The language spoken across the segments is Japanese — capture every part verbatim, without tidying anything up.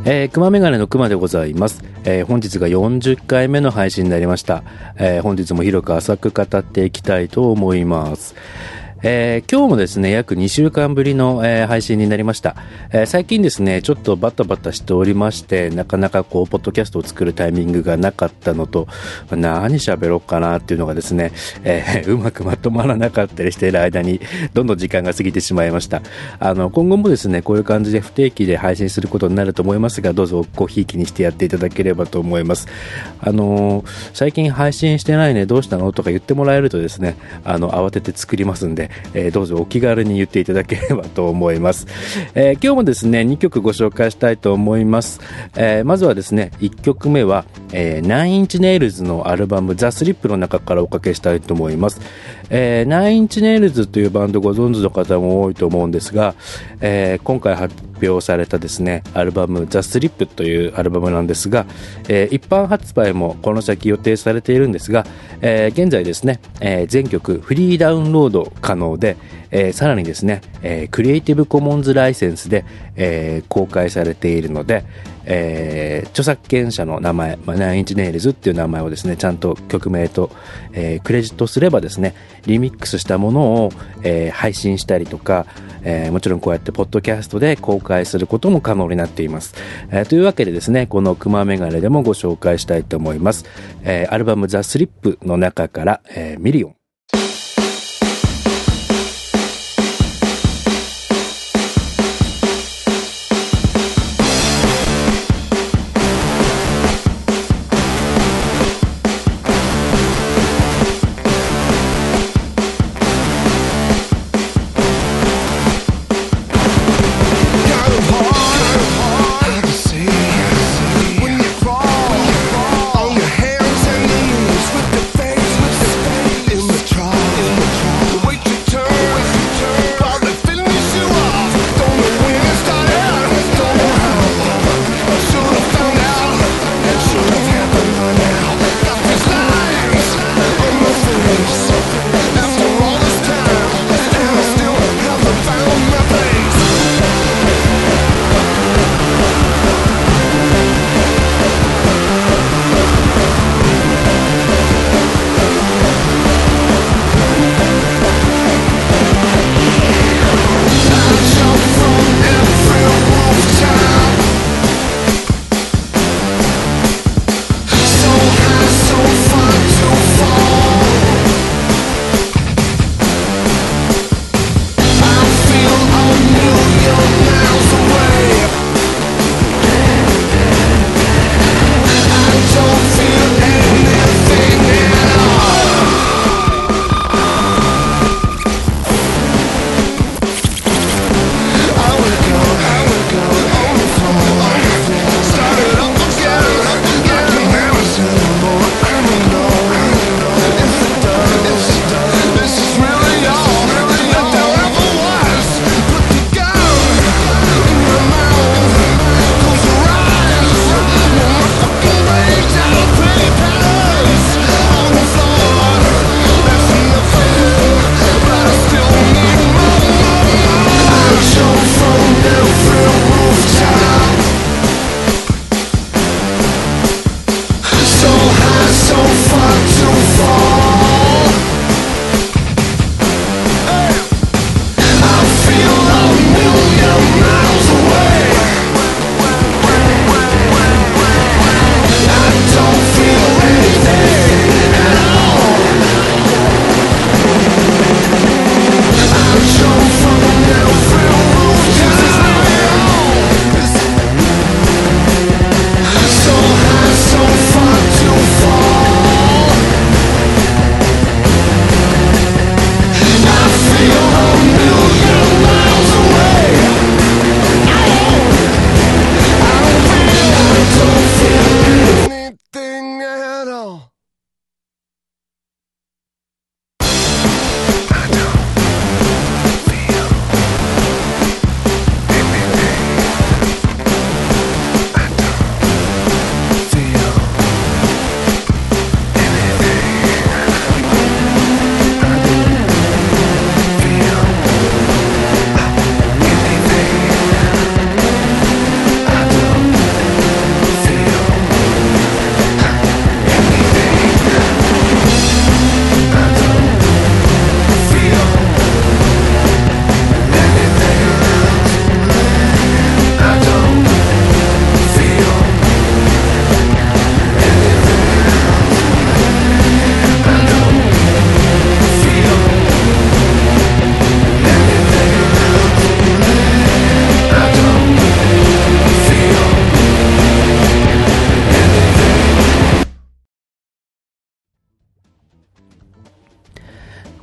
えー、熊メガネの熊でございます。えー、本日がよんじゅっかいめの配信になりました。えー、本日も広く浅く語っていきたいと思います。えー、今日もですね、約にしゅうかんぶりの、えー、配信になりました。えー、最近ですね、ちょっとバタバタしておりまして、なかなかこう、ポッドキャストを作るタイミングがなかったのと、何喋ろうかなっていうのがですね、えー、うまくまとまらなかったりしている間に、どんどん時間が過ぎてしまいました。あの、今後もですね、こういう感じで不定期で配信することになると思いますが、どうぞごひいきにしてやっていただければと思います。あのー、最近配信してないね、どうしたのとか言ってもらえるとですね、あの、慌てて作りますんで、えー、どうぞお気軽に言っていただければと思います。えー、今日もですねにきょくご紹介したいと思います。えー、まずはですねいっきょくめは、えー、ナインインチネイルズのアルバムザ・スリップの中からおかけしたいと思います。えー、ナインインチネイルズというバンドご存知の方も多いと思うんですが、えー、今回発表されたですねアルバムザ・スリップというアルバムなんですが、えー、一般発売もこの先予定されているんですが、えー、現在ですね、えー、全曲フリーダウンロード可能で、えー、さらにですね、えー、クリエイティブコモンズライセンスで、えー、公開されているので、えー、著作権者の名前、まあ、ナインインチネイルズっていう名前をですねちゃんと曲名と、えー、クレジットすればですねリミックスしたものを、えー、配信したりとか、えー、もちろんこうやってポッドキャストで公開することも可能になっています。えー、というわけでですねこのクマメガネでもご紹介したいと思います。えー、アルバムザ・スリップの中から、えー、ミリオン。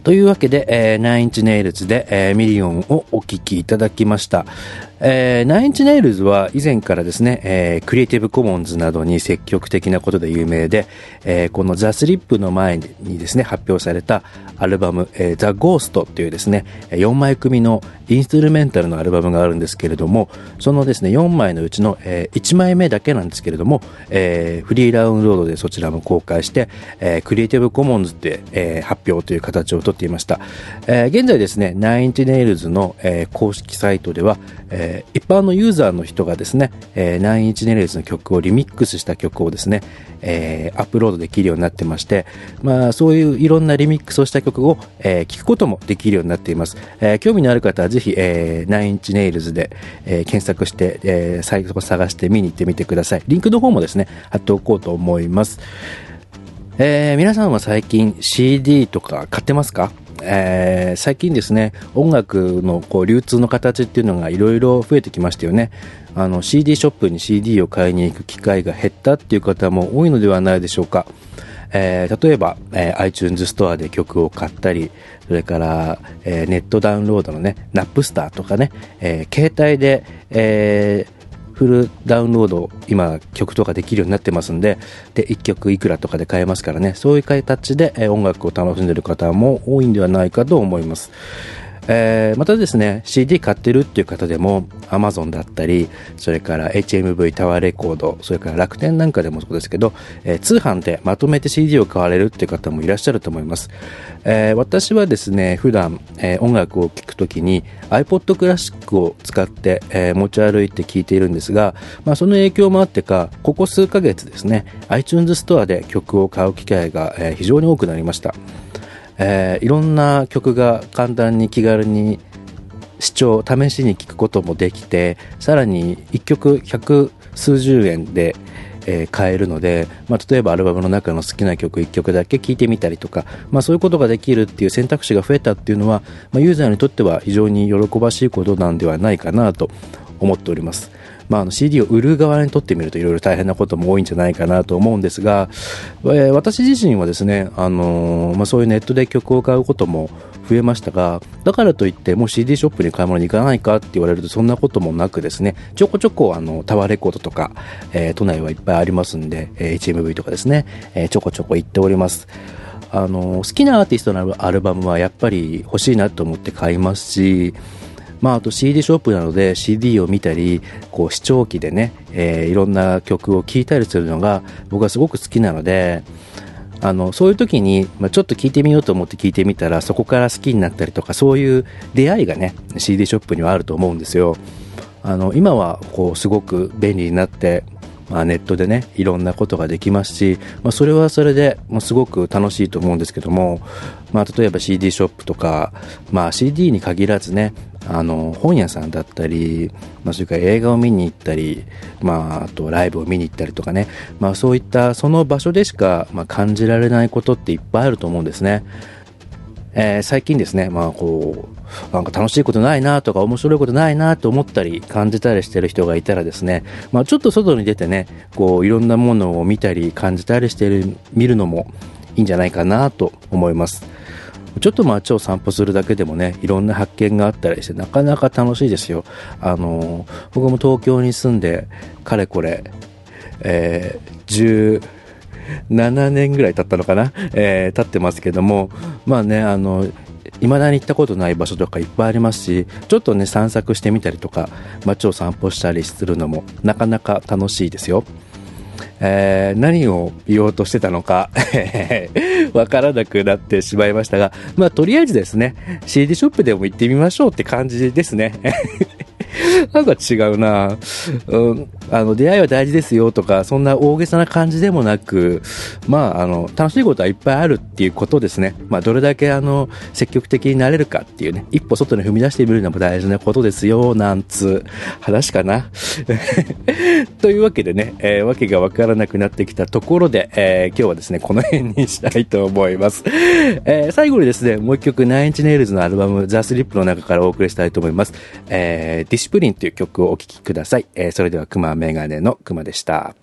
というわけで、えー、ナインチネイルズで、えー、ミリオンをお聴きいただきました。えー、ナインチネイルズは以前からですね、えー、クリエイティブコモンズなどに積極的なことで有名で、えー、このザ・スリップの前にですね、発表されたアルバム、えー、ザ・ゴーストっていうですね、よんまい組のインストゥルメンタルのアルバムがあるんですけれども、そのですね、よんまいのうちの、えー、いちまいめだけなんですけれども、えー、フリーダウンロードでそちらも公開して、えー、クリエイティブコモンズで、えー、発表という形をとっていました。えー、現在ですね、ナインチネイルズの、えー、公式サイトでは、えー一般のユーザーの人がですね、えー、ナインインチネイルズの曲をリミックスした曲をですね、えー、アップロードできるようになってまして、まあそういういろんなリミックスをした曲を、えー、聴くこともできるようになっています。えー、興味のある方はぜひ、えー、ナインインチネイルズで、えー、検索して、えー、サイトを探して見に行ってみてください。リンクの方もですね、貼っておこうと思います。えー、皆さんは最近 シーディー とか買ってますか？えー、最近ですね、音楽のこう流通の形っていうのがいろいろ増えてきましたよね。あの シーディー ショップに シーディー を買いに行く機会が減ったっていう方も多いのではないでしょうか。えー、例えば、えー、iTunes ストアで曲を買ったり、それから、えー、ネットダウンロードのね、ナップスターとかね、えー、携帯で、えーフルダウンロード今曲とかできるようになってますんで、でいっきょくいくらとかで買えますからね、そういう形で、えー、音楽を楽しんでいる方も多いんではないかと思います。えー、またですね シーディー 買ってるっていう方でも Amazon だったり、それから エイチエムブイ タワーレコード、それから楽天なんかでもそうですけど、えー、通販でまとめて シーディー を買われるっていう方もいらっしゃると思います。えー、私はですね普段、えー、音楽を聴くときに iPod クラシックを使って、えー、持ち歩いて聴いているんですが、まあ、その影響もあってかここ数ヶ月ですね iTunes ストアで曲を買う機会が、えー、非常に多くなりました。えー、いろんな曲が簡単に気軽に視聴試しに聴くこともできて、さらにいっきょく百数十円で、えー、買えるので、まあ、例えばアルバムの中の好きな曲いっきょくだけ聴いてみたりとか、まあ、そういうことができるっていう選択肢が増えたっていうのは、まあ、ユーザーにとっては非常に喜ばしいことなんではないかなと思っております。まあ、あの シーディー を売る側にとってみるといろいろ大変なことも多いんじゃないかなと思うんですが、えー、私自身はですね、あのーまあ、そういうネットで曲を買うことも増えましたが、だからといってもう シーディー ショップに買い物に行かないかって言われるとそんなこともなくですね、ちょこちょこあのタワーレコードとか、えー、都内はいっぱいありますんで、えー、エイチエムブイ とかですね、えー、ちょこちょこ行っております。あのー、好きなアーティストのアルバムはやっぱり欲しいなと思って買いますし、まあ、あと シーディー ショップなので シーディー を見たりこう視聴器でね、えー、いろんな曲を聴いたりするのが僕はすごく好きなので、あのそういう時に、まあ、ちょっと聴いてみようと思って聴いてみたらそこから好きになったりとか、そういう出会いがね シーディー ショップにはあると思うんですよ。あの今はこうすごく便利になって、まあ、ネットでねいろんなことができますし、まあ、それはそれで、まあ、すごく楽しいと思うんですけども、まあ、例えば シーディー ショップとか、まあ、シーディー に限らずね、あの本屋さんだったり、まあ、それから映画を見に行ったり、まあ、あとライブを見に行ったりとかね、まあ、そういったその場所でしか、まあ、感じられないことっていっぱいあると思うんですね。えー、最近ですね、まあこうなんか楽しいことないなとか面白いことないなと思ったり感じたりしてる人がいたらですね、まあ、ちょっと外に出てねこういろんなものを見たり感じたりしてる見るのもいいんじゃないかなと思います。ちょっと街を散歩するだけでもねいろんな発見があったりしてなかなか楽しいですよ。あの僕も東京に住んでかれこれ、えー、じゅうななねんぐらい経ったのかな、えー、経ってますけども、まあねあの未だに行ったことない場所とかいっぱいありますし、ちょっとね散策してみたりとか街を散歩したりするのもなかなか楽しいですよ。えー、何を言おうとしてたのかわからなくなってしまいましたが、まあとりあえずですね シーディー ショップでも行ってみましょうって感じですねなんか違うな、うん、あの出会いは大事ですよとかそんな大げさな感じでもなく、まああの楽しいことはいっぱいあるっていうことですね。まあどれだけあの積極的になれるかっていうね、一歩外に踏み出してみるのも大事なことですよなんつ話かなというわけでね、えー、わけがわからなくなってきたところで、えー、今日はですねこの辺にしたいと思います。えー、最後にですねもう一曲ナインインチネイルズのアルバムザ・スリップの中からお送りしたいと思います。えー、ディシプリンという曲をお聴きください。えー、それではクマメガネのクマでした。